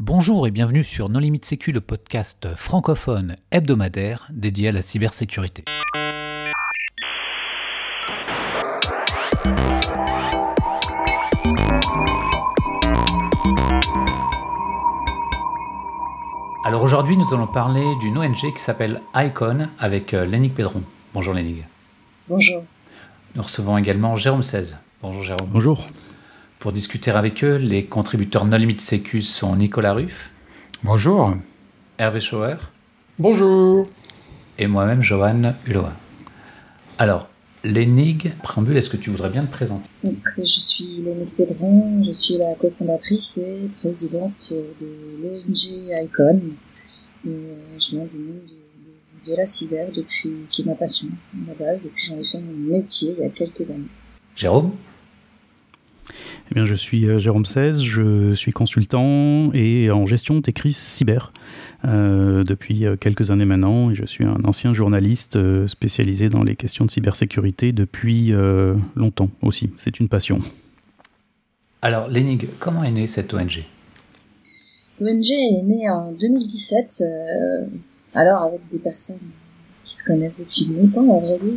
Bonjour et bienvenue sur Non Limite Sécu, le podcast francophone hebdomadaire dédié à la cybersécurité. Alors aujourd'hui, nous allons parler d'une ONG qui s'appelle ICON avec Lénig Pedron. Bonjour Lénig. Bonjour. Nous recevons également Jérôme 16. Bonjour Jérôme. Bonjour. Pour discuter avec eux, les contributeurs Non Limite Sécu sont Nicolas Ruff. Bonjour. Hervé Schauer. Bonjour. Et moi-même, Johan Hulot. Alors, Lénig, préambule, est-ce que tu voudrais bien te présenter ? Donc, je suis Lénig Pedron, je suis la cofondatrice et présidente de l'ONG ICON. Et je viens du monde de la cyber qui est ma passion à la base, et puis j'en ai fait mon métier il y a quelques années. Jérôme ? Eh bien, je suis Jérôme 16, je suis consultant et en gestion des crises cyber depuis quelques années maintenant. Et je suis un ancien journaliste spécialisé dans les questions de cybersécurité depuis longtemps aussi. C'est une passion. Alors, Lénig, comment est née cette ONG ? L'ONG est née en 2017, alors avec des personnes qui se connaissent depuis longtemps, à vrai dire.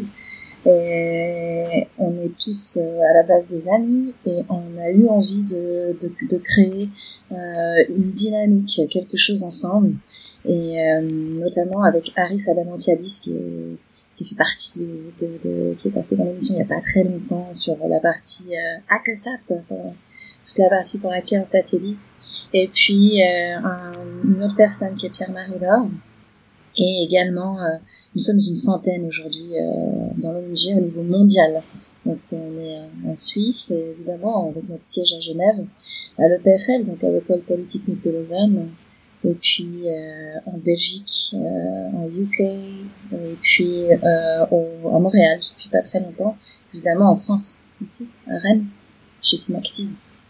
Et on est tous à la base des amis et on a eu envie de créer une dynamique, quelque chose ensemble, et notamment avec Haris Adamantiadis qui fait partie qui est passé dans l'émission il y a pas très longtemps sur la partie Hackasat, toute la partie pour hacker un satellite, et puis une autre personne qui est Pierre-Marie Laure. Et également, nous sommes une centaine aujourd'hui dans l'ONG au niveau mondial. Donc on est en Suisse, évidemment, avec notre siège à Genève, à l'EPFL, donc à l'École Polytechnique de Lausanne, et puis en Belgique, en UK, et puis à Montréal depuis pas très longtemps, évidemment en France, ici, à Rennes, chez Synactive.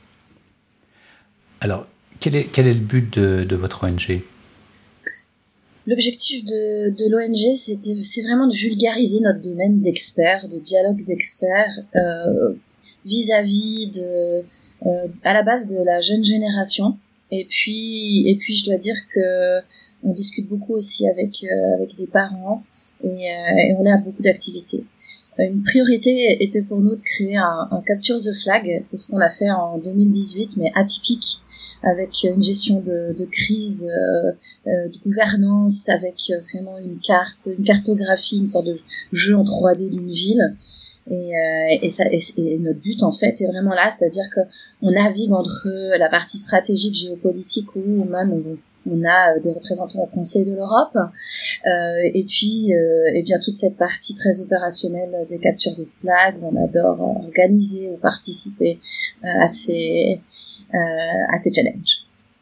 Alors, quel est le but de votre ONG ? L'objectif de l'ONG, c'est vraiment de vulgariser notre domaine d'experts, de dialogue d'experts, vis-à-vis à la base de la jeune génération. Et puis je dois dire que on discute beaucoup aussi avec des parents et on a beaucoup d'activités. Une priorité était pour nous de créer un Capture the Flag. C'est ce qu'on a fait en 2018, mais atypique, avec une gestion de crise, de gouvernance, avec vraiment une cartographie, une sorte de jeu en 3D d'une ville. Et notre but en fait est vraiment là, c'est-à-dire que on navigue entre la partie stratégique, géopolitique, où même on a des représentants au Conseil de l'Europe, et puis et bien toute cette partie très opérationnelle des Capture the Flag. On adore organiser ou participer à ces challenges.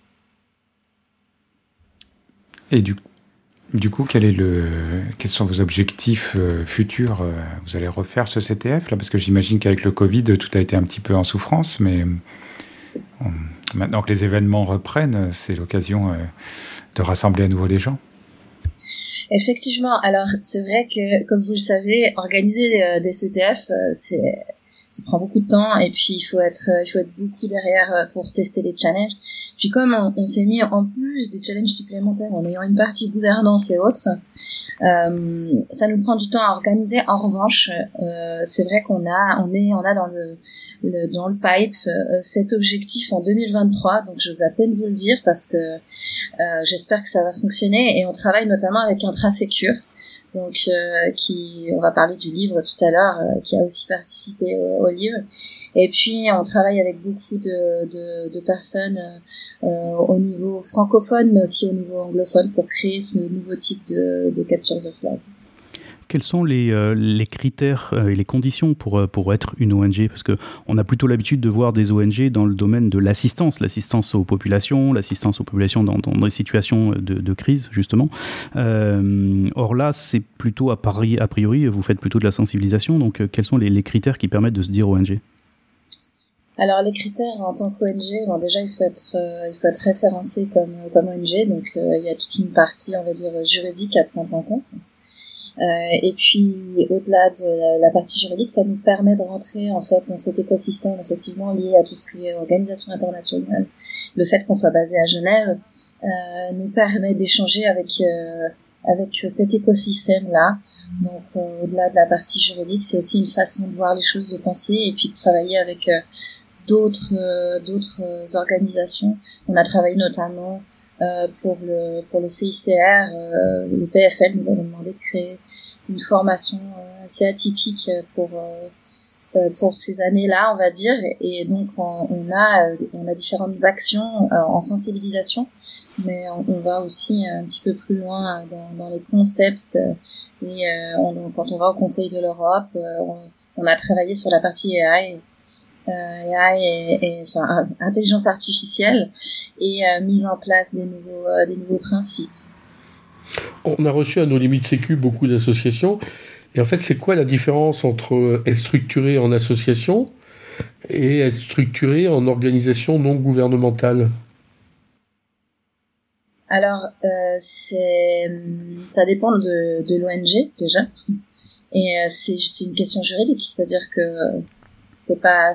Et du coup, quels sont vos objectifs futurs ? Vous allez refaire ce CTF là, parce que j'imagine qu'avec le Covid, tout a été un petit peu en souffrance, mais maintenant que les événements reprennent, c'est l'occasion de rassembler à nouveau les gens. Effectivement, alors c'est vrai que, comme vous le savez, organiser des CTF, ça prend beaucoup de temps, et puis il faut être beaucoup derrière pour tester les challenges. Puis comme on s'est mis en plus des challenges supplémentaires en ayant une partie gouvernance et autres, ça nous prend du temps à organiser. En revanche, c'est vrai qu'on a dans le pipe cet objectif en 2023, donc j'ose à peine vous le dire parce que j'espère que ça va fonctionner, et on travaille notamment avec Intrasecure. Donc, on va parler du livre tout à l'heure, qui a aussi participé au livre. Et puis, on travaille avec beaucoup de personnes au niveau francophone, mais aussi au niveau anglophone, pour créer ce nouveau type de Capture the Flag. Quels sont les critères et les conditions pour être une ONG ? Parce qu'on a plutôt l'habitude de voir des ONG dans le domaine de l'assistance aux populations dans des situations de crise, justement. Or là, c'est plutôt a priori, vous faites plutôt de la sensibilisation. Donc, quels sont les critères qui permettent de se dire ONG ? Alors, les critères en tant qu'ONG, bon, déjà, il faut être référencé comme ONG. Donc, il y a toute une partie, on va dire, juridique à prendre en compte. Et puis, au-delà de la partie juridique, ça nous permet de rentrer en fait dans cet écosystème effectivement lié à tout ce qui est organisation internationale. Le fait qu'on soit basé à Genève nous permet d'échanger avec cet écosystème-là. Donc, au-delà de la partie juridique, c'est aussi une façon de voir les choses, de penser, et puis de travailler avec d'autres organisations. On a travaillé notamment pour le CICR, le PFL nous avait demandé de créer une formation assez atypique pour ces années-là, on va dire, et donc on a différentes actions en sensibilisation, mais on va aussi un petit peu plus loin dans les concepts, et quand on va au Conseil de l'Europe, on a travaillé sur la partie AI enfin intelligence artificielle, et mise en place des nouveaux principes. On a reçu à nos limites sécu beaucoup d'associations, et en fait c'est quoi la différence entre être structuré en association et être structuré en organisation non gouvernementale? Alors ça dépend de l'ONG déjà, et c'est une question juridique, c'est-à-dire que c'est pas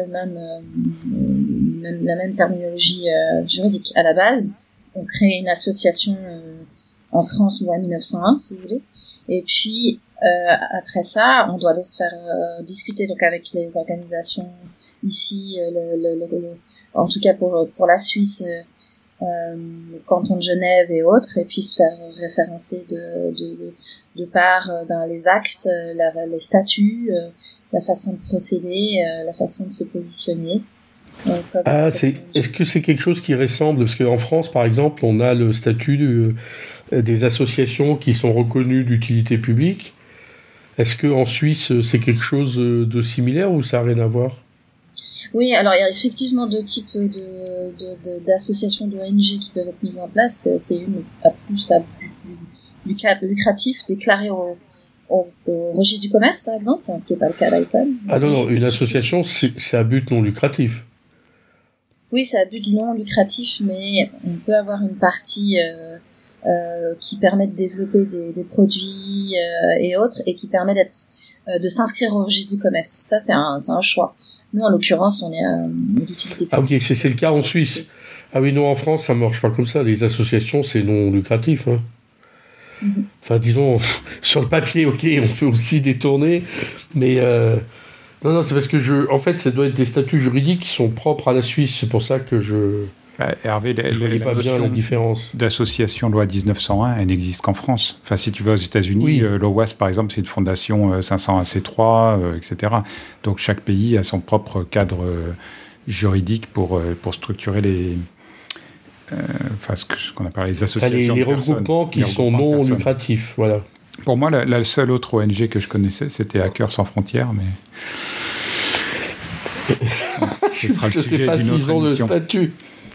la même terminologie juridique. À la base, on crée une association en France, loi 1901, si vous voulez, et puis après ça, on doit aller se faire discuter donc avec les organisations ici, en tout cas pour la Suisse, le canton de Genève et autres, et puis se faire référencer de par les actes, les statuts, la façon de procéder, la façon de se positionner. Est-ce que c'est quelque chose qui ressemble, parce qu'en France par exemple on a le statut des associations qui sont reconnues d'utilité publique. Est-ce qu'en Suisse c'est quelque chose de similaire ou ça n'a rien à voir? Oui, alors il y a effectivement deux types d'associations d'ONG qui peuvent être mises en place. C'est une à plus à but lucratif, déclarée au registre du commerce par exemple, ce qui n'est pas le cas d'IPON. Ah non, une association c'est à but non lucratif. Oui, c'est à but non lucratif, mais on peut avoir une partie qui permet de développer des produits et autres, et qui permet de s'inscrire au registre du commerce. Ça, c'est un choix. Nous, en l'occurrence, on est d'utilité publique. Ah ok, c'est le cas en Suisse. Ah oui, non, en France, ça marche pas comme ça. Les associations, c'est non lucratif. Hein. Mm-hmm. Enfin, disons, sur le papier, ok, on peut aussi détourner, mais non, c'est parce que en fait, ça doit être des statuts juridiques qui sont propres à la Suisse. C'est pour ça que Hervé, je voyais pas bien la différence. D'association loi 1901, elle n'existe qu'en France. Enfin, si tu vas aux États-Unis, oui. L'OWASP, par exemple, c'est une fondation 501c3, etc. Donc, chaque pays a son propre cadre juridique pour structurer ce qu'on appelle les associations. Les regroupements qui sont non lucratifs, voilà. Pour moi, la seule autre ONG que je connaissais, c'était Hackers sans frontières, mais ce sera le sujet d'une autre émission. Le statut.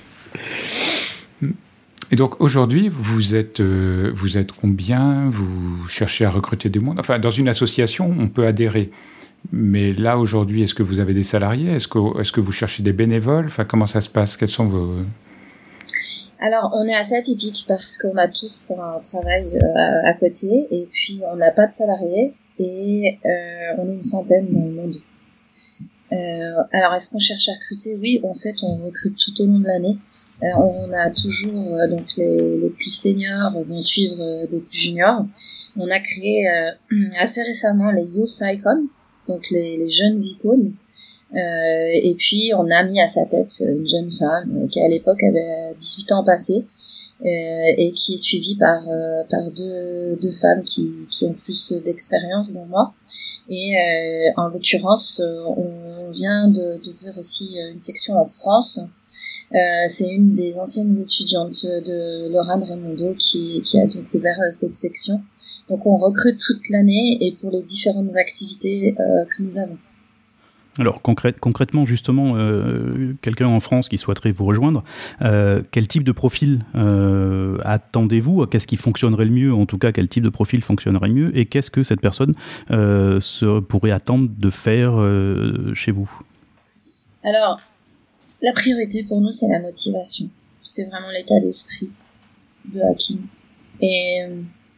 Et donc aujourd'hui, vous êtes combien? Vous cherchez à recruter du monde? Enfin, dans une association, on peut adhérer. Mais là, aujourd'hui, est-ce que vous avez des salariés? Est-ce que vous cherchez des bénévoles? Enfin, comment ça se passe? Quels sont vos... Alors, on est assez atypique parce qu'on a tous un travail à côté, et puis on n'a pas de salariés, et on est une centaine dans le monde. Alors, est-ce qu'on cherche à recruter? Oui, en fait, on recrute tout au long de l'année. On a toujours donc les plus seniors vont suivre des plus juniors. On a créé assez récemment les Youth Icons, donc les jeunes icônes. Et puis on a mis à sa tête une jeune femme qui à l'époque avait 18 ans passés, et qui est suivie par deux femmes qui ont plus d'expérience dont moi. Et en l'occurrence, on vient d'ouvrir aussi une section en France. C'est une des anciennes étudiantes de Lorraine Raimondo qui a donc ouvert cette section. Donc on recrute toute l'année, et pour les différentes activités que nous avons. Alors concrètement, justement, quelqu'un en France qui souhaiterait vous rejoindre, quel type de profil attendez-vous? Qu'est-ce qui fonctionnerait le mieux? En tout cas, quel type de profil fonctionnerait le mieux? Et qu'est-ce que cette personne pourrait attendre de faire chez vous? Alors, la priorité pour nous, c'est la motivation. C'est vraiment l'état d'esprit de Hakim. Et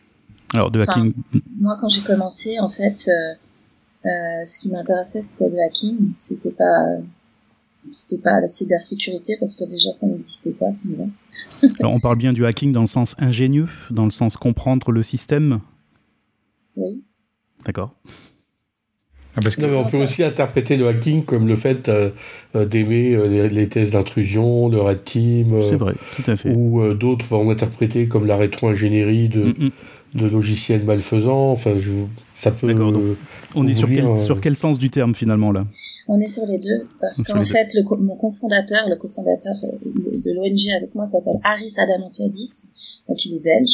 Alors, de hacking. Moi, quand j'ai commencé, en fait, ce qui m'intéressait, c'était le hacking. C'était pas la cybersécurité, parce que déjà, ça n'existait pas à ce moment-là. Alors, on parle bien du hacking dans le sens ingénieux, dans le sens comprendre le système. Oui. D'accord. Parce que... Non, mais on peut aussi interpréter le hacking comme le fait d'aimer les tests d'intrusion, de Red Team. C'est vrai, tout à fait. Ou d'autres vont interpréter comme la rétro-ingénierie de logiciels malfaisants. Enfin, ça peut. On est sur quel sens du terme finalement là? On est sur les deux, parce qu'en fait, mon cofondateur, le cofondateur de l'ONG avec moi s'appelle Haris Adamantiadis, donc il est belge,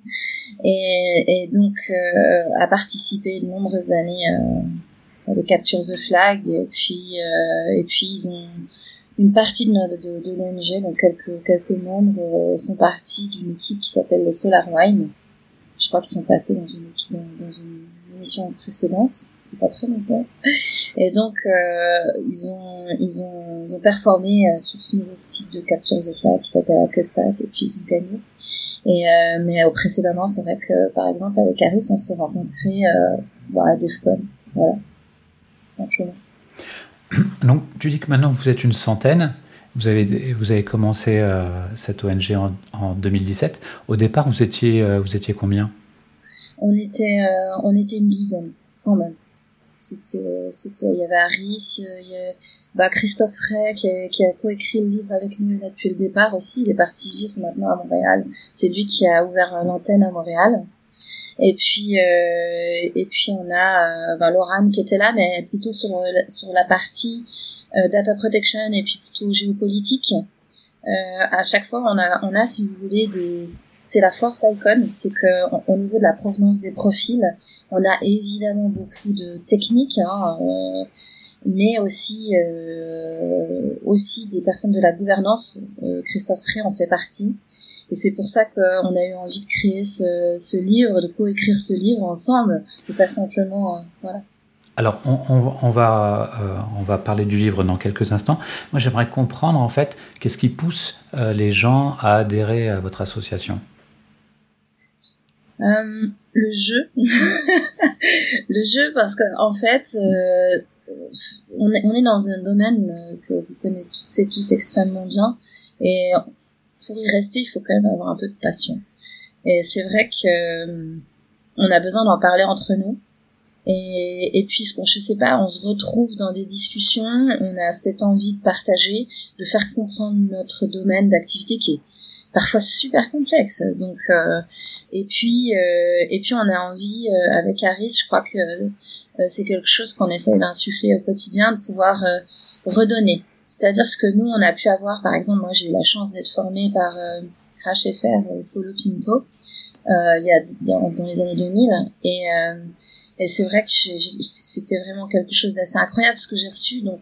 et donc a participé de nombreuses années à des captures the flag, et puis ils ont une partie de l'ONG, donc quelques membres font partie d'une équipe qui s'appelle les SolarWine. Je crois qu'ils sont passés dans une émission précédente, pas très longtemps. Et donc ils ont performé sur ce nouveau type de capture the flag qui s'appelle AccuSat, et puis ils ont gagné. Mais précédemment, c'est vrai que par exemple avec Haris, on s'est rencontrés à DEFCON, voilà, tout simplement. Donc tu dis que maintenant vous êtes une centaine. Vous avez commencé cette ONG en 2017. Au départ, vous étiez combien? On était une douzaine, quand même. Il y avait Haris, il y a Christophe Frey qui a coécrit le livre avec nous là depuis le départ aussi. Il est parti vivre maintenant à Montréal. C'est lui qui a ouvert l'antenne à Montréal. Et puis on a Laurane qui était là, mais plutôt sur la partie data protection et puis plutôt géopolitique. À chaque fois on a si vous voulez c'est la force d'Icon, c'est que au niveau de la provenance des profils, on a évidemment beaucoup de techniques, mais aussi des personnes de la gouvernance. Christophe Frey en fait partie, et c'est pour ça qu'on a eu envie de créer ce livre, de coécrire ce livre ensemble, et pas simplement voilà. Alors, on va parler du livre dans quelques instants. Moi, j'aimerais comprendre, en fait, qu'est-ce qui pousse les gens à adhérer à votre association? Le jeu. Le jeu, parce que en fait, on est dans un domaine que vous connaissez tous extrêmement bien, et pour y rester, il faut quand même avoir un peu de passion. Et c'est vrai que on a besoin d'en parler entre nous. Et puis, je sais pas, on se retrouve dans des discussions, on a cette envie de partager, de faire comprendre notre domaine d'activité qui est parfois super complexe. Donc, et puis on a envie, avec Haris, je crois que c'est quelque chose qu'on essaie d'insuffler au quotidien, de pouvoir redonner. C'est-à-dire ce que nous, on a pu avoir, par exemple, moi j'ai eu la chance d'être formée par Crash FR, Paulo Pinto, dans les années 2000, et c'est vrai que c'était vraiment quelque chose d'assez incroyable ce que j'ai reçu. Donc,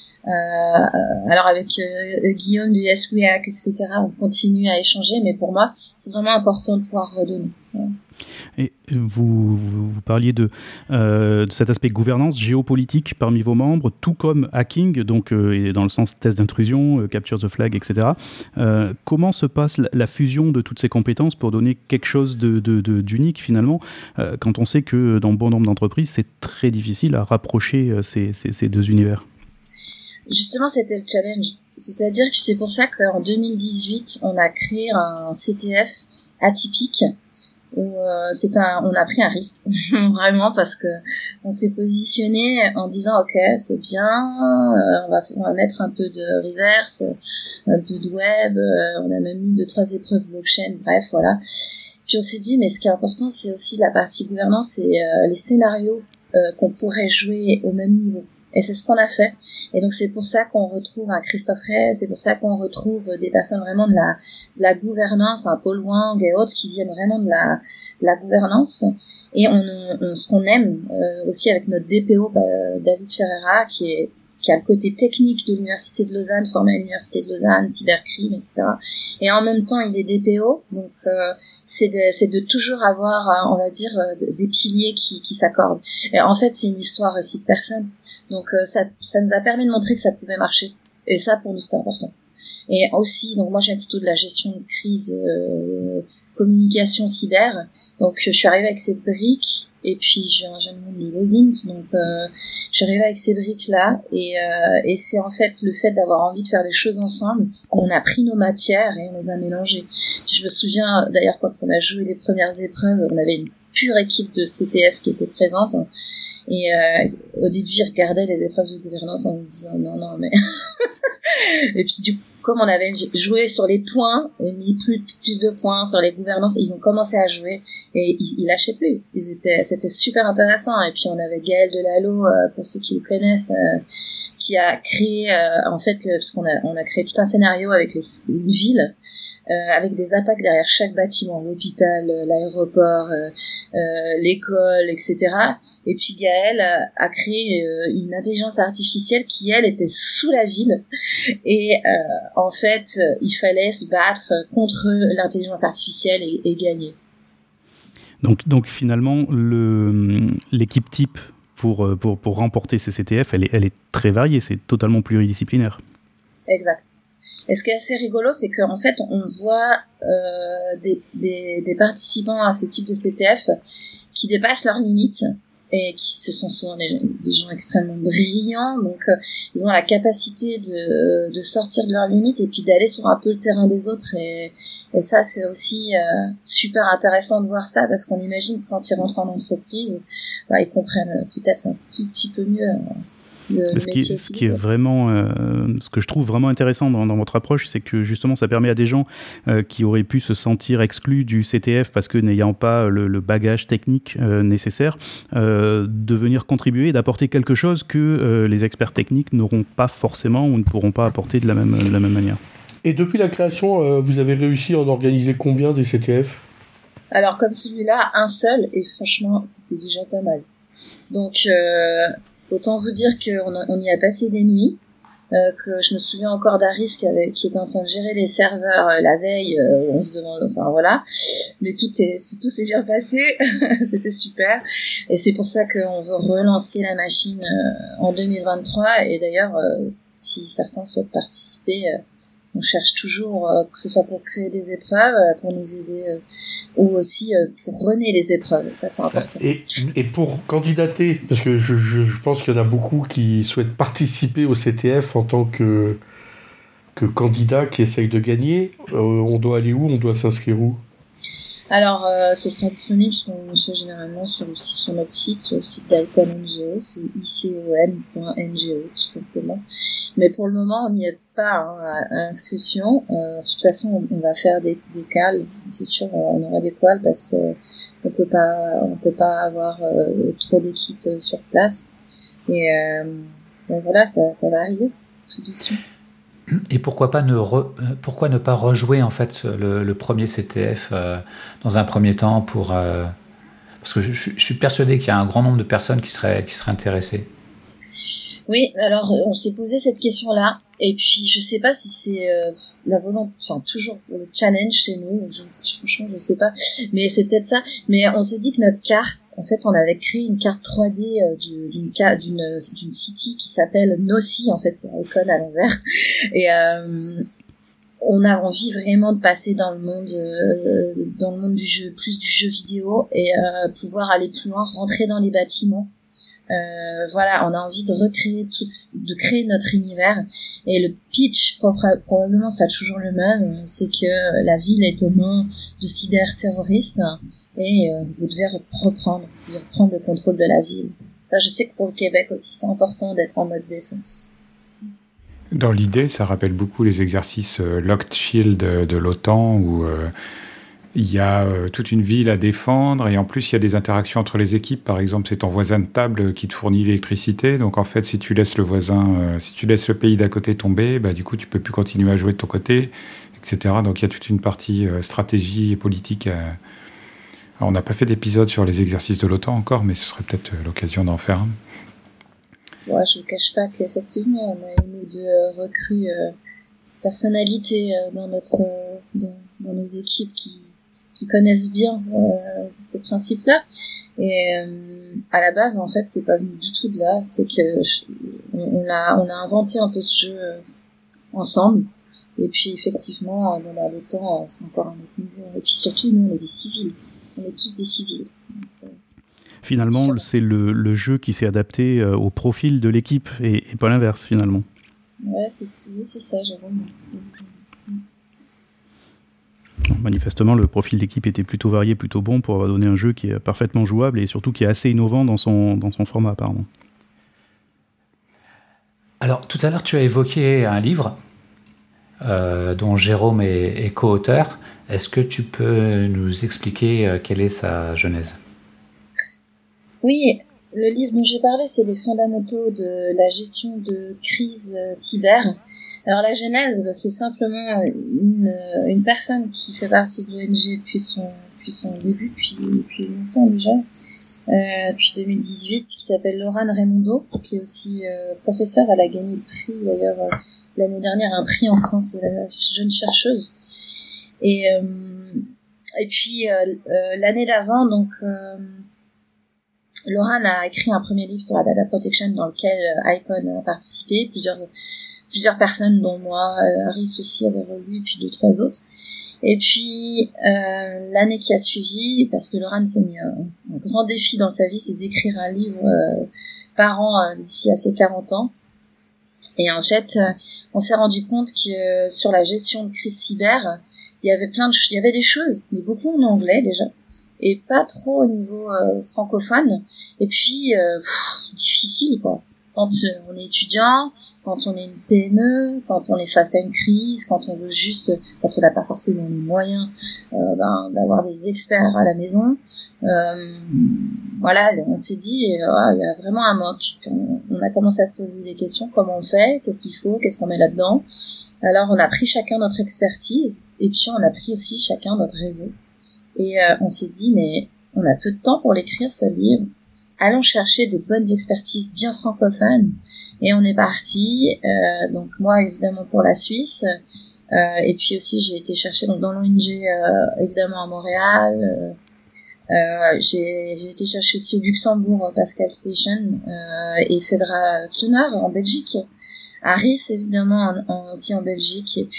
alors avec Guillaume du Yes We Hack, etc., on continue à échanger, mais pour moi, c'est vraiment important de pouvoir redonner. Ouais. Et vous parliez de cet aspect gouvernance géopolitique parmi vos membres, tout comme hacking, donc dans le sens test d'intrusion, capture the flag, etc. Comment se passe la fusion de toutes ces compétences pour donner quelque chose d'unique finalement, quand on sait que dans bon nombre d'entreprises, c'est très difficile à rapprocher ces deux univers? Justement, c'était le challenge. C'est-à-dire que c'est pour ça qu'en 2018, on a créé un CTF atypique, où on a pris un risque vraiment, parce que on s'est positionné en disant ok, c'est bien, on va mettre un peu de reverse, un peu de web, on a même eu 2-3 épreuves blockchain, bref voilà. Puis on s'est dit mais ce qui est important, c'est aussi la partie gouvernance et les scénarios qu'on pourrait jouer au même niveau. Et c'est ce qu'on a fait. Et donc c'est pour ça qu'on retrouve un Christophe Rey, c'est pour ça qu'on retrouve des personnes vraiment de la gouvernance, un Paul Wang et autres qui viennent vraiment de la gouvernance. Et ce qu'on aime aussi avec notre DPO, David Ferreira, qui a le côté technique de l'Université de Lausanne, formé à l'Université de Lausanne, cybercrime, etc. Et en même temps, il est DPO, donc c'est de toujours avoir, on va dire, des piliers qui s'accordent. Et en fait, c'est une histoire aussi de personnes. Donc ça nous a permis de montrer que ça pouvait marcher. Et ça, pour nous, c'était important. Et aussi, donc moi, j'aime plutôt de la gestion de crise communication cyber. Donc je suis arrivée avec cette brique et puis je viens de l'OSINT, donc je suis arrivée avec ces briques là et c'est en fait le fait d'avoir envie de faire des choses ensemble. On a pris nos matières et on les a mélangées. Je me souviens d'ailleurs quand on a joué les premières épreuves, on avait une pure équipe de CTF qui était présente. Et au début, ils regardaient les épreuves de gouvernance en me disant non mais et puis du coup, comme on avait joué sur les points et mis plus de points sur les gouvernances, ils ont commencé à jouer et ils lâchaient plus. C'était super intéressant. Et puis on avait Gaël Delalo, pour ceux qui le connaissent, qui a créé en fait parce qu'on a créé tout un scénario avec une ville. Avec des attaques derrière chaque bâtiment, l'hôpital, l'aéroport, l'école, etc. Et puis Gaël a créé une intelligence artificielle qui, elle, était sous la ville. Et en fait, il fallait se battre contre l'intelligence artificielle et gagner. Donc finalement, l'équipe type pour remporter ces CTF, elle est très variée, c'est totalement pluridisciplinaire. Exact. Et ce qui est assez rigolo, c'est qu'en fait, on voit des participants à ce type de CTF qui dépassent leurs limites et ce sont souvent des gens extrêmement brillants, donc ils ont la capacité de sortir de leurs limites et puis d'aller sur un peu le terrain des autres et ça c'est aussi super intéressant de voir ça parce qu'on imagine que quand ils rentrent en entreprise, ils comprennent peut-être un tout petit peu mieux ce qui est vraiment, ce que je trouve vraiment intéressant dans votre approche, c'est que justement ça permet à des gens qui auraient pu se sentir exclus du CTF parce que n'ayant pas le bagage technique nécessaire, de venir contribuer et d'apporter quelque chose que les experts techniques n'auront pas forcément ou ne pourront pas apporter de la même manière. Et depuis la création, vous avez réussi à en organiser combien des CTF ? Alors comme celui-là, un seul, et franchement c'était déjà pas mal. Donc autant vous dire qu'on y a passé des nuits, que je me souviens encore d'Aris qui était en train de gérer les serveurs la veille, on se demande, enfin voilà, mais tout s'est bien passé, c'était super, et c'est pour ça qu'on veut relancer la machine en 2023, et d'ailleurs, si certains souhaitent participer, on cherche toujours, que ce soit pour créer des épreuves, pour nous aider, ou aussi pour runner les épreuves. Ça, c'est important. Et pour candidater, parce que je pense qu'il y en a beaucoup qui souhaitent participer au CTF en tant que candidat qui essaye de gagner, on doit aller où ? On doit s'inscrire où ? Alors, ce sera disponible sur généralement sur notre site, sur le site d'Icon NGO, c'est icon.ngo tout simplement. Mais pour le moment, on n'y est pas à l'inscription. De toute façon, on va faire des cales, c'est sûr, on aura des quals parce que on peut pas avoir trop d'équipes sur place. Et voilà, ça va arriver tout doucement. Et pourquoi ne pas rejouer en fait le premier CTF dans un premier temps parce que je suis persuadé qu'il y a un grand nombre de personnes qui seraient intéressées. Oui, alors on s'est posé cette question-là et puis je sais pas si c'est la volonté, enfin toujours le challenge chez nous, franchement je sais pas, mais c'est peut-être ça. Mais on s'est dit que notre carte, en fait, on avait créé une carte 3D d'une city qui s'appelle Nossi, en fait c'est Icon à l'envers, et on a envie vraiment de passer dans le monde du jeu, plus du jeu vidéo et pouvoir aller plus loin, rentrer dans les bâtiments. Voilà, on a envie de créer notre univers et le pitch probablement sera toujours le même, c'est que la ville est aux mains de cyberterroristes et vous devez reprendre le contrôle de la ville. Ça, je sais que pour le Québec aussi, c'est important d'être en mode défense. Dans l'idée, ça rappelle beaucoup les exercices Locked Shield de l'OTAN où il y a toute une ville à défendre et en plus il y a des interactions entre les équipes. Par exemple, c'est ton voisin de table qui te fournit l'électricité. Donc en fait, si tu laisses le pays d'à côté tomber, du coup tu peux plus continuer à jouer de ton côté, etc. Donc il y a toute une partie stratégie et politique. Alors, on n'a pas fait d'épisode sur les exercices de l'OTAN encore, mais ce serait peut-être l'occasion d'en faire un. Ouais, je vous cache pas qu'effectivement on a une ou deux recrues personnalités dans nos équipes qui connaissent bien ces principes-là. Et à la base, en fait, c'est pas venu du tout de là. C'est que on a inventé un peu ce jeu ensemble. Et puis effectivement, dans l'OTAN, c'est encore un autre niveau. et puis surtout, nous, on est des civils. On est tous des civils. Donc, finalement, c'est le jeu qui s'est adapté au profil de l'équipe et pas l'inverse, finalement. Ouais, c'est ça, Jérôme. Manifestement, le profil d'équipe était plutôt varié, plutôt bon pour avoir donné un jeu qui est parfaitement jouable et surtout qui est assez innovant dans son format, apparemment. Alors, tout à l'heure, tu as évoqué un livre dont Jérôme est co-auteur. Est-ce que tu peux nous expliquer quelle est sa genèse ? Oui, le livre dont j'ai parlé, c'est les fondamentaux de la gestion de crise cyber. Alors la genèse, c'est simplement une personne qui fait partie de l'ONG depuis son début, depuis longtemps déjà, depuis 2018, qui s'appelle Laurane Raimondo, qui est aussi professeure. Elle a gagné le prix d'ailleurs l'année dernière, un prix en France de la jeune chercheuse. Et puis l'année d'avant, donc Laurane a écrit un premier livre sur la data protection dans lequel Icon a participé, plusieurs personnes, dont moi, Harris aussi avait relu, et puis 2-3 autres. Et puis, l'année qui a suivi, parce que Laurane s'est mis un grand défi dans sa vie, c'est d'écrire un livre par an d'ici à ses 40 ans. Et en fait, on s'est rendu compte que sur la gestion de crise cyber, il y avait des choses, mais beaucoup en anglais déjà, et pas trop au niveau francophone. Et puis, difficile, quoi. Quand on est étudiant, quand on est une PME, quand on est face à une crise, quand on n'a pas forcément les moyens d'avoir des experts à la maison, voilà, on s'est dit, il y a vraiment un manque. On a commencé à se poser des questions, comment on fait, qu'est-ce qu'il faut, qu'est-ce qu'on met là-dedans. Alors on a pris chacun notre expertise, et puis on a pris aussi chacun notre réseau. Et on s'est dit, mais on a peu de temps pour l'écrire, ce livre. Allons chercher de bonnes expertises bien francophones. Et on est parti, donc moi évidemment pour la Suisse, et puis aussi j'ai été chercher donc dans l'ONG évidemment à Montréal, j'ai été chercher aussi au Luxembourg Pascal Station et Fedra Kluner en Belgique, Harris évidemment aussi en Belgique, et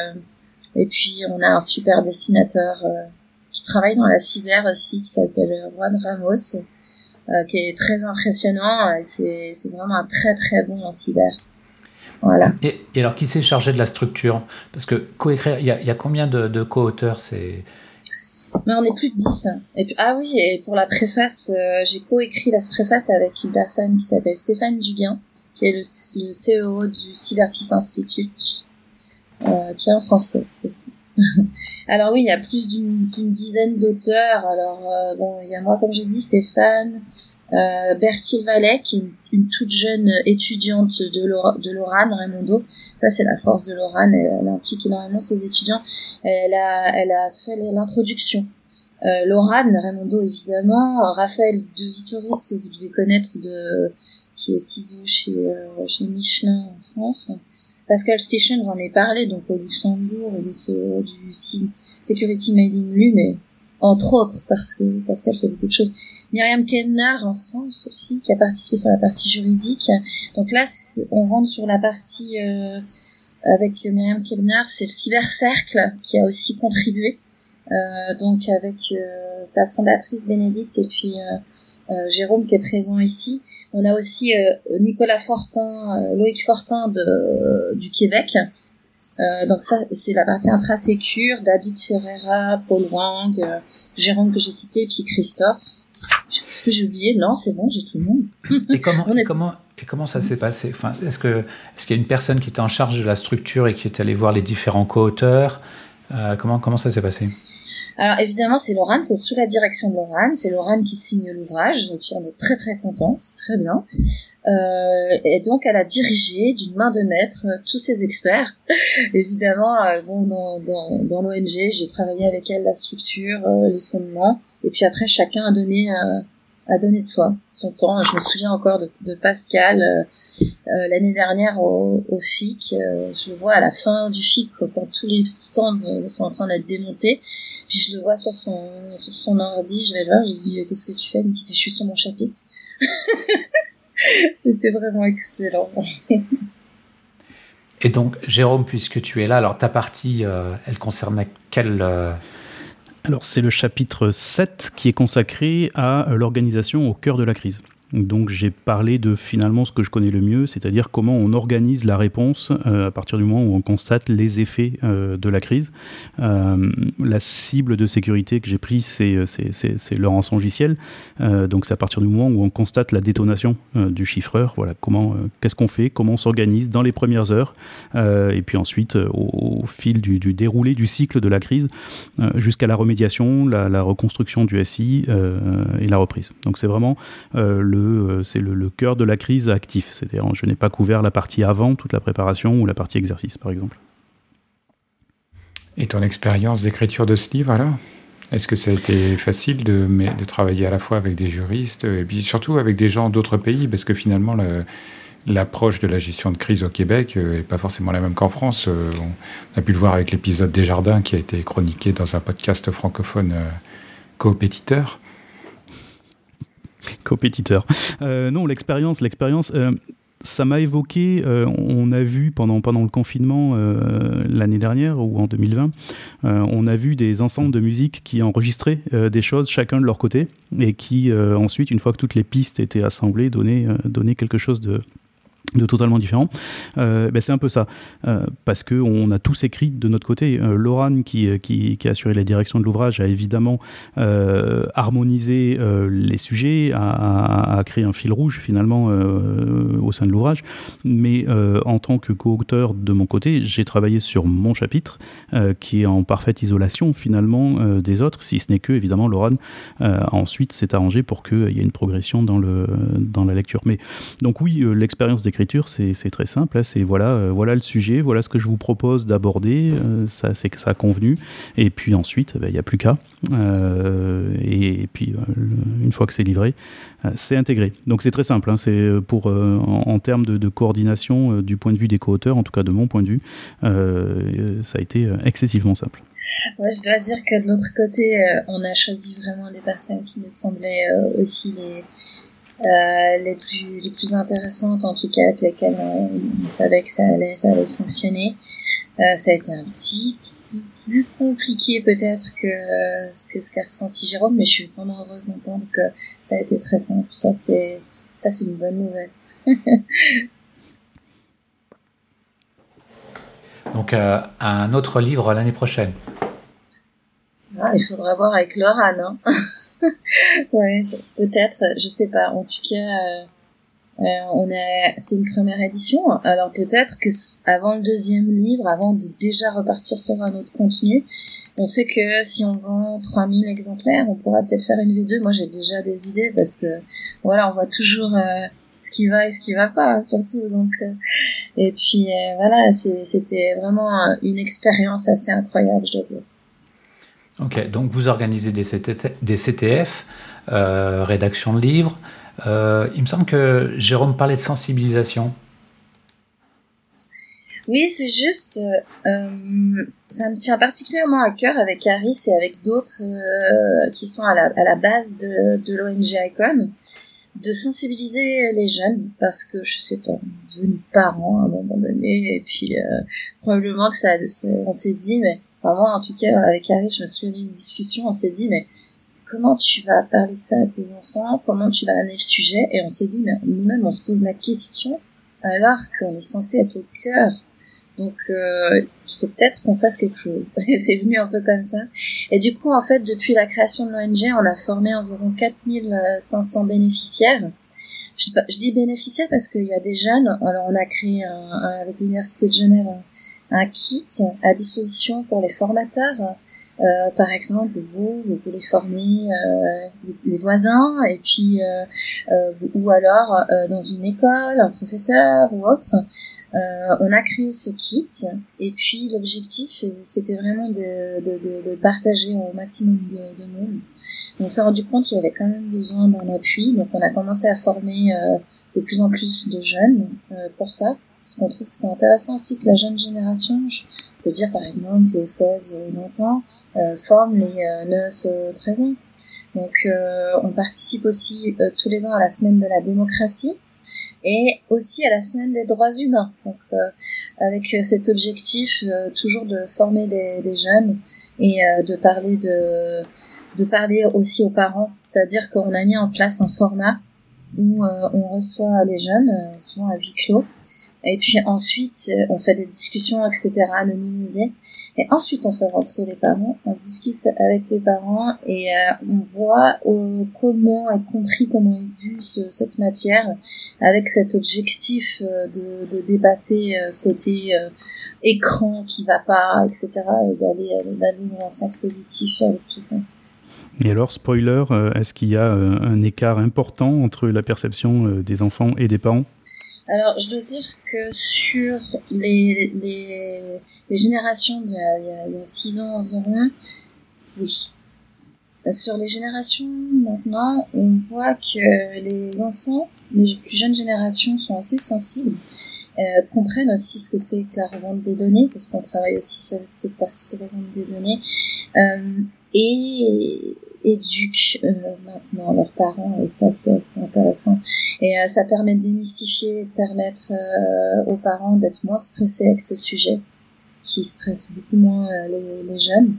puis on a un super dessinateur qui travaille dans la cyber aussi, qui s'appelle Juan Ramos, qui est très impressionnant. C'est vraiment un très très bon en cyber. Voilà. Et alors, qui s'est chargé de la structure ? Parce que coécrire, il y a combien de co-auteurs ? Mais on est plus de 10. Et pour la préface, j'ai coécrit la préface avec une personne qui s'appelle Stéphane Duguin, qui est le CEO du Cyber Peace Institute, qui est un Français aussi. Alors oui, il y a plus d'une dizaine d'auteurs. Alors il y a moi, comme j'ai dit, Stéphane, Bertil Vallet, qui est une toute jeune étudiante de Laurane Raimondo. Ça, c'est la force de Laurane. Elle implique énormément ses étudiants. Elle a fait l'introduction. Laurane Raimondo, évidemment. Raphaël de Vitoris, que vous devez connaître, qui est CISO chez Michelin en France. Pascal Station, j'en ai parlé, donc au Luxembourg, il est du Security Made in Lu, mais entre autres, parce que Pascal fait beaucoup de choses. Myriam Kellner en France aussi, qui a participé sur la partie juridique. Donc là, on rentre sur la partie avec Myriam Kellner, c'est le Cybercercle qui a aussi contribué, donc avec sa fondatrice Bénédicte et puis Jérôme qui est présent ici. On a aussi Nicolas Fortin, Loïc Fortin du Québec. Donc ça, c'est la partie intrasécure, David Ferreira, Paul Wang, Jérôme que j'ai cité, et puis Christophe. Est-ce que j'ai oublié ? Non, c'est bon, j'ai tout le monde. Et comment ça s'est passé ? Enfin, est-ce qu'il y a une personne qui était en charge de la structure et qui est allée voir les différents co-auteurs ? Comment ça s'est passé ? Alors évidemment, c'est Laurane, c'est sous la direction de Laurane, c'est Laurane qui signe l'ouvrage, et puis on est très très contents, c'est très bien. Et donc elle a dirigé d'une main de maître tous ces experts. Évidemment, dans l'ONG, j'ai travaillé avec elle la structure, les fondements, et puis après chacun a donné de soi, son temps. Je me souviens encore de Pascal l'année dernière au FIC. Je le vois à la fin du FIC quand tous les stands sont en train d'être démontés. Puis je le vois sur son ordi. Je vais le voir. Je lui dis qu'est-ce que tu fais ? Il me dit je suis sur mon chapitre. C'était vraiment excellent. Et donc Jérôme, puisque tu es là, alors ta partie, elle concerne Alors, c'est le chapitre 7 qui est consacré à l'organisation au cœur de la crise. Donc j'ai parlé de finalement ce que je connais le mieux, c'est-à-dire comment on organise la réponse à partir du moment où on constate les effets de la crise. La cible de sécurité que j'ai prise, c'est le rançongiciel. Donc c'est à partir du moment où on constate la détonation du chiffreur. Voilà, qu'est-ce qu'on fait, comment on s'organise dans les premières heures, et puis ensuite au fil du déroulé du cycle de la crise jusqu'à la remédiation, la reconstruction du SI et la reprise. Donc c'est vraiment le cœur de la crise actif. C'est-à-dire, je n'ai pas couvert la partie avant, toute la préparation ou la partie exercice, par exemple. Et ton expérience d'écriture de ce livre, alors ? Est-ce que ça a été facile de travailler à la fois avec des juristes et puis surtout avec des gens d'autres pays ? Parce que finalement, l'approche de la gestion de crise au Québec n'est pas forcément la même qu'en France. On a pu le voir avec l'épisode Desjardins qui a été chroniqué dans un podcast francophone coopétiteur. Non, l'expérience, ça m'a évoqué, on a vu pendant le confinement l'année dernière ou en 2020, on a vu des ensembles de musique qui enregistraient des choses chacun de leur côté et qui ensuite, une fois que toutes les pistes étaient assemblées, donnaient quelque chose de totalement différent. C'est un peu ça, parce qu'on a tous écrit de notre côté. Laurent, qui a assuré la direction de l'ouvrage, a évidemment harmonisé les sujets, a créé un fil rouge finalement au sein de l'ouvrage, mais en tant que co-auteur de mon côté, j'ai travaillé sur mon chapitre, qui est en parfaite isolation finalement des autres, si ce n'est que, évidemment, Laurent ensuite s'est arrangé pour qu'il y ait une progression dans la lecture. Mais donc oui, l'expérience d'écriture, c'est très simple. C'est voilà le sujet, voilà ce que je vous propose d'aborder. Ça a convenu. Et puis ensuite, il n'y a plus qu'à. Et puis une fois que c'est livré, c'est intégré. Donc c'est très simple. C'est pour en termes de coordination du point de vue des co-auteurs, en tout cas de mon point de vue, ça a été excessivement simple. Ouais, je dois dire que de l'autre côté, on a choisi vraiment les personnes qui nous semblaient aussi les plus intéressantes, en tout cas avec lesquelles on savait que ça allait fonctionner. Ça a été un petit peu plus compliqué peut-être que ce qu'a ressenti Jérôme, mais je suis vraiment heureuse d'entendre que ça a été très simple. Ça c'est une bonne nouvelle. Donc un autre livre l'année prochaine. Il faudra voir avec Laurent, hein. Ouais, peut-être, je sais pas. En tout cas, c'est une première édition. Alors peut-être que avant le deuxième livre, avant de déjà repartir sur un autre contenu, on sait que si on vend 3000 exemplaires, on pourra peut-être faire une V2. Moi, j'ai déjà des idées parce que voilà, on voit toujours ce qui va et ce qui va pas, hein, surtout. Donc, et puis voilà, c'était vraiment une expérience assez incroyable, je dois dire. Ok, donc vous organisez des CTF, rédaction de livres. Il me semble que Jérôme parlait de sensibilisation. Oui, c'est juste, ça me tient particulièrement à cœur avec Harris et avec d'autres qui sont à la base de l'ONG ICON, de sensibiliser les jeunes, parce que je sais pas, devenus parents à un moment donné, et puis probablement que on s'est dit, mais enfin, moi en tout cas avec Harry, je me souviens d'une discussion, on s'est dit, mais comment tu vas parler de ça à tes enfants, comment tu vas amener le sujet, et on s'est dit, mais nous-mêmes on se pose la question alors qu'on est censé être au cœur. Donc, il faut peut-être qu'on fasse quelque chose. C'est venu un peu comme ça. Et du coup, en fait, depuis la création de l'ONG, on a formé environ 4500 bénéficiaires. Je dis bénéficiaires parce qu'il y a des jeunes. Alors, on a créé avec l'Université de Genève un kit à disposition pour les formateurs. Par exemple, vous voulez former les voisins, et puis ou alors dans une école, un professeur ou autre. On a créé ce kit, et puis l'objectif c'était vraiment de partager au maximum de monde. On s'est rendu compte qu'il y avait quand même besoin d'un appui, donc on a commencé à former de plus en plus de jeunes pour ça, parce qu'on trouve que c'est intéressant aussi que la jeune génération, je peux dire par exemple les 16-20 ans, forment les 9-13 ans. Donc on participe aussi tous les ans à la semaine de la démocratie, et aussi à la semaine des droits humains. Donc, avec cet objectif toujours de former des jeunes et de parler aussi aux parents. C'est-à-dire qu'on a mis en place un format où on reçoit les jeunes, souvent à huis clos, et puis ensuite on fait des discussions, etc., anonymisées, et ensuite on fait rentrer les parents, on discute avec les parents, et on voit comment est compris, comment est vue cette matière, avec cet objectif de dépasser ce côté écran qui va pas, etc., et d'aller dans un sens positif avec tout ça. Et alors, spoiler, est-ce qu'il y a un écart important entre la perception des enfants et des parents ? Alors, je dois dire que sur les générations il y a 6 ans environ, oui. Sur les générations maintenant, on voit que les enfants, les plus jeunes générations sont assez sensibles, comprennent aussi ce que c'est que la revente des données, parce qu'on travaille aussi sur cette partie de revente des données, et éduquent maintenant leurs parents, et ça c'est assez intéressant, et ça permet de démystifier, de permettre aux parents d'être moins stressés avec ce sujet qui stresse beaucoup moins les jeunes.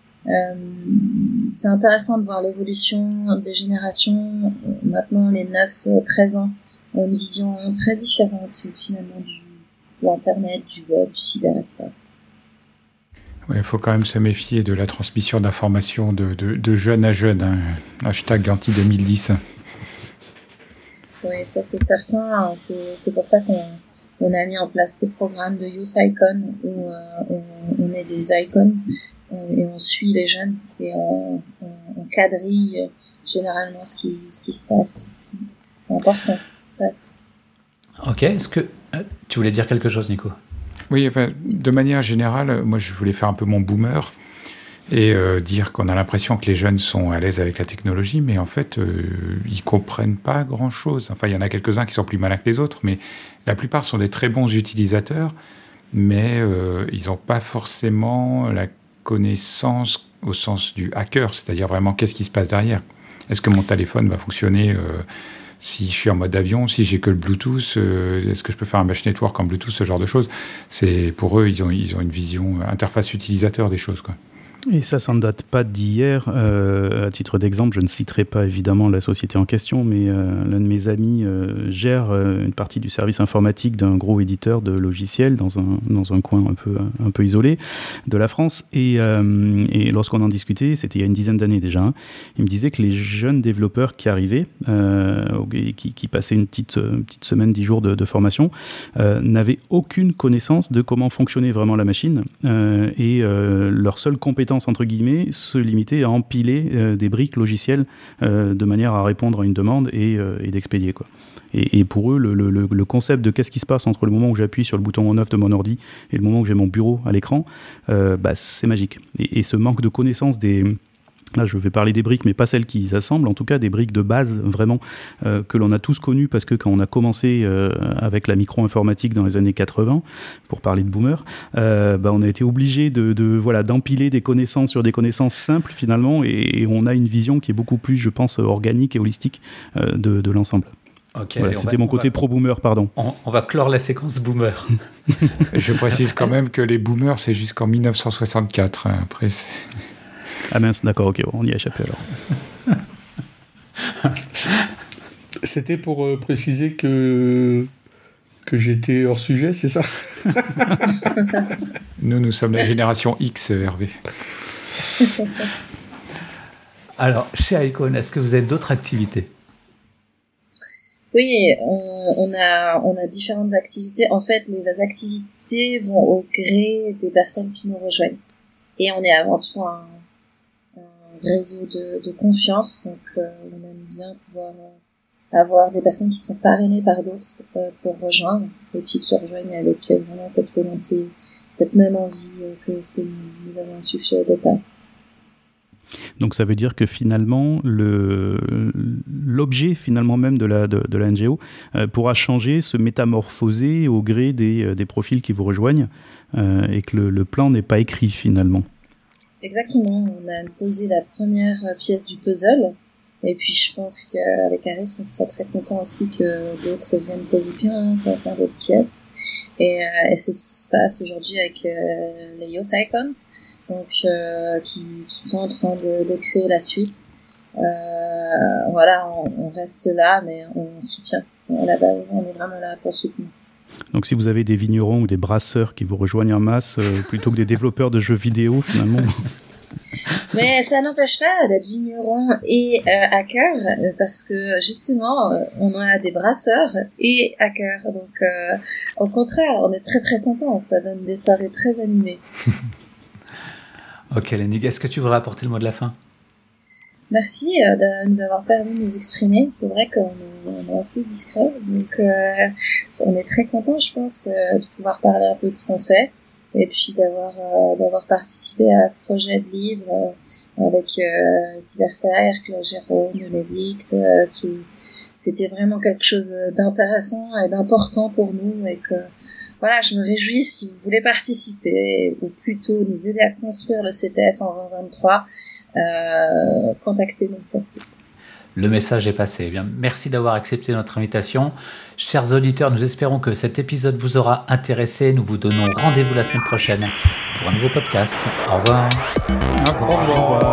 C'est intéressant de voir l'évolution des générations. Maintenant les 9-13 ans ont une vision très différente finalement de l'internet, du web, du cyberespace. Il faut quand même se méfier de la transmission d'informations de jeune à jeune. Hein. Hashtag anti-2010. Oui, ça c'est certain. C'est pour ça qu'on a mis en place ces programmes de Youth Icon où on est des icônes et on suit les jeunes et on quadrille généralement ce qui se passe. C'est important. Ouais. Ok, est-ce que tu voulais dire quelque chose, Nico ? Oui, enfin, de manière générale, moi je voulais faire un peu mon boomer et dire qu'on a l'impression que les jeunes sont à l'aise avec la technologie, mais en fait, ils comprennent pas grand-chose. Enfin, il y en a quelques-uns qui sont plus malins que les autres, mais la plupart sont des très bons utilisateurs, mais ils n'ont pas forcément la connaissance au sens du hacker, c'est-à-dire vraiment qu'est-ce qui se passe derrière. Est-ce que mon téléphone va fonctionner si je suis en mode avion, si j'ai que le Bluetooth, est-ce que je peux faire un mesh network en Bluetooth, ce genre de choses. C'est, pour eux, ils ont une vision interface utilisateur des choses, quoi. Et ça ne date pas d'hier. À titre d'exemple, je ne citerai pas évidemment la société en question, mais l'un de mes amis gère une partie du service informatique d'un gros éditeur de logiciels dans un coin un peu isolé de la France. Et lorsqu'on en discutait, c'était il y a une dizaine d'années déjà, hein, il me disait que les jeunes développeurs qui arrivaient, qui passaient une petite semaine, 10 jours de formation, n'avaient aucune connaissance de comment fonctionnait vraiment la machine, et leur seule compétence entre guillemets se limiter à empiler des briques logicielles de manière à répondre à une demande et d'expédier, quoi. Et pour eux, le concept de qu'est-ce qui se passe entre le moment où j'appuie sur le bouton on-off de mon ordi et le moment où j'ai mon bureau à l'écran, c'est magique. Et ce manque de connaissance là, je vais parler des briques, mais pas celles qui s'assemblent, en tout cas des briques de base, vraiment, que l'on a tous connues, parce que quand on a commencé avec la micro-informatique dans les années 80, pour parler de boomer, on a été obligé d'empiler des connaissances sur des connaissances simples, finalement, et on a une vision qui est beaucoup plus, je pense, organique et holistique de l'ensemble. Okay, voilà, c'était mon côté pro-boomer, pardon. On va clore la séquence boomer. Je précise quand même que les boomers, c'est jusqu'en 1964. Hein. Après, c'est... Ah mince, d'accord, ok, on y a échappé alors. C'était pour préciser que j'étais hors sujet, c'est ça? Nous sommes la génération X, Hervé. Alors, chez Icon, est-ce que vous avez d'autres activités? Oui, on a différentes activités. En fait, les activités vont au gré des personnes qui nous rejoignent. Et on est avant tout un réseau de confiance, donc on aime bien pouvoir avoir des personnes qui sont parrainées par d'autres pour rejoindre, et puis qui rejoignent avec vraiment cette volonté, cette même envie que ce que nous avons insufflé au départ. Donc ça veut dire que finalement l'objet finalement même de la NGO pourra changer, se métamorphoser au gré des profils qui vous rejoignent, et que le plan n'est pas écrit finalement. Exactement, on a posé la première pièce du puzzle, et puis je pense qu'avec Harris on sera très content aussi que d'autres viennent poser plein d'autres pièces, et c'est ce qui se passe aujourd'hui avec les Youth Icon. donc qui sont en train de créer la suite. Voilà, on reste là, mais on soutient. À la base, on est vraiment là pour soutenir. Donc si vous avez des vignerons ou des brasseurs qui vous rejoignent en masse, plutôt que des développeurs de jeux vidéo, finalement... Mais ça n'empêche pas d'être vigneron et hacker, parce que justement, on a des brasseurs et hackers. Donc, au contraire, on est très très contents. Ça donne des soirées très animées. Ok, Lénique, est-ce que tu voudrais apporter le mot de la fin ? Merci de nous avoir permis de nous exprimer. C'est vrai qu'on est assez discret, donc on est très contents, je pense, de pouvoir parler un peu de ce qu'on fait. Et puis d'avoir participé à ce projet de livre avec Cybercircle, Jérôme, Medix. C'était vraiment quelque chose d'intéressant et d'important pour nous. Et que voilà, je me réjouis si vous voulez participer ou plutôt nous aider à construire le CTF en 2023. Contactez-nous surtout. Le message est passé. Eh bien, merci d'avoir accepté notre invitation. Chers auditeurs, nous espérons que cet épisode vous aura intéressé. Nous vous donnons rendez-vous la semaine prochaine pour un nouveau podcast. Au revoir. Au revoir.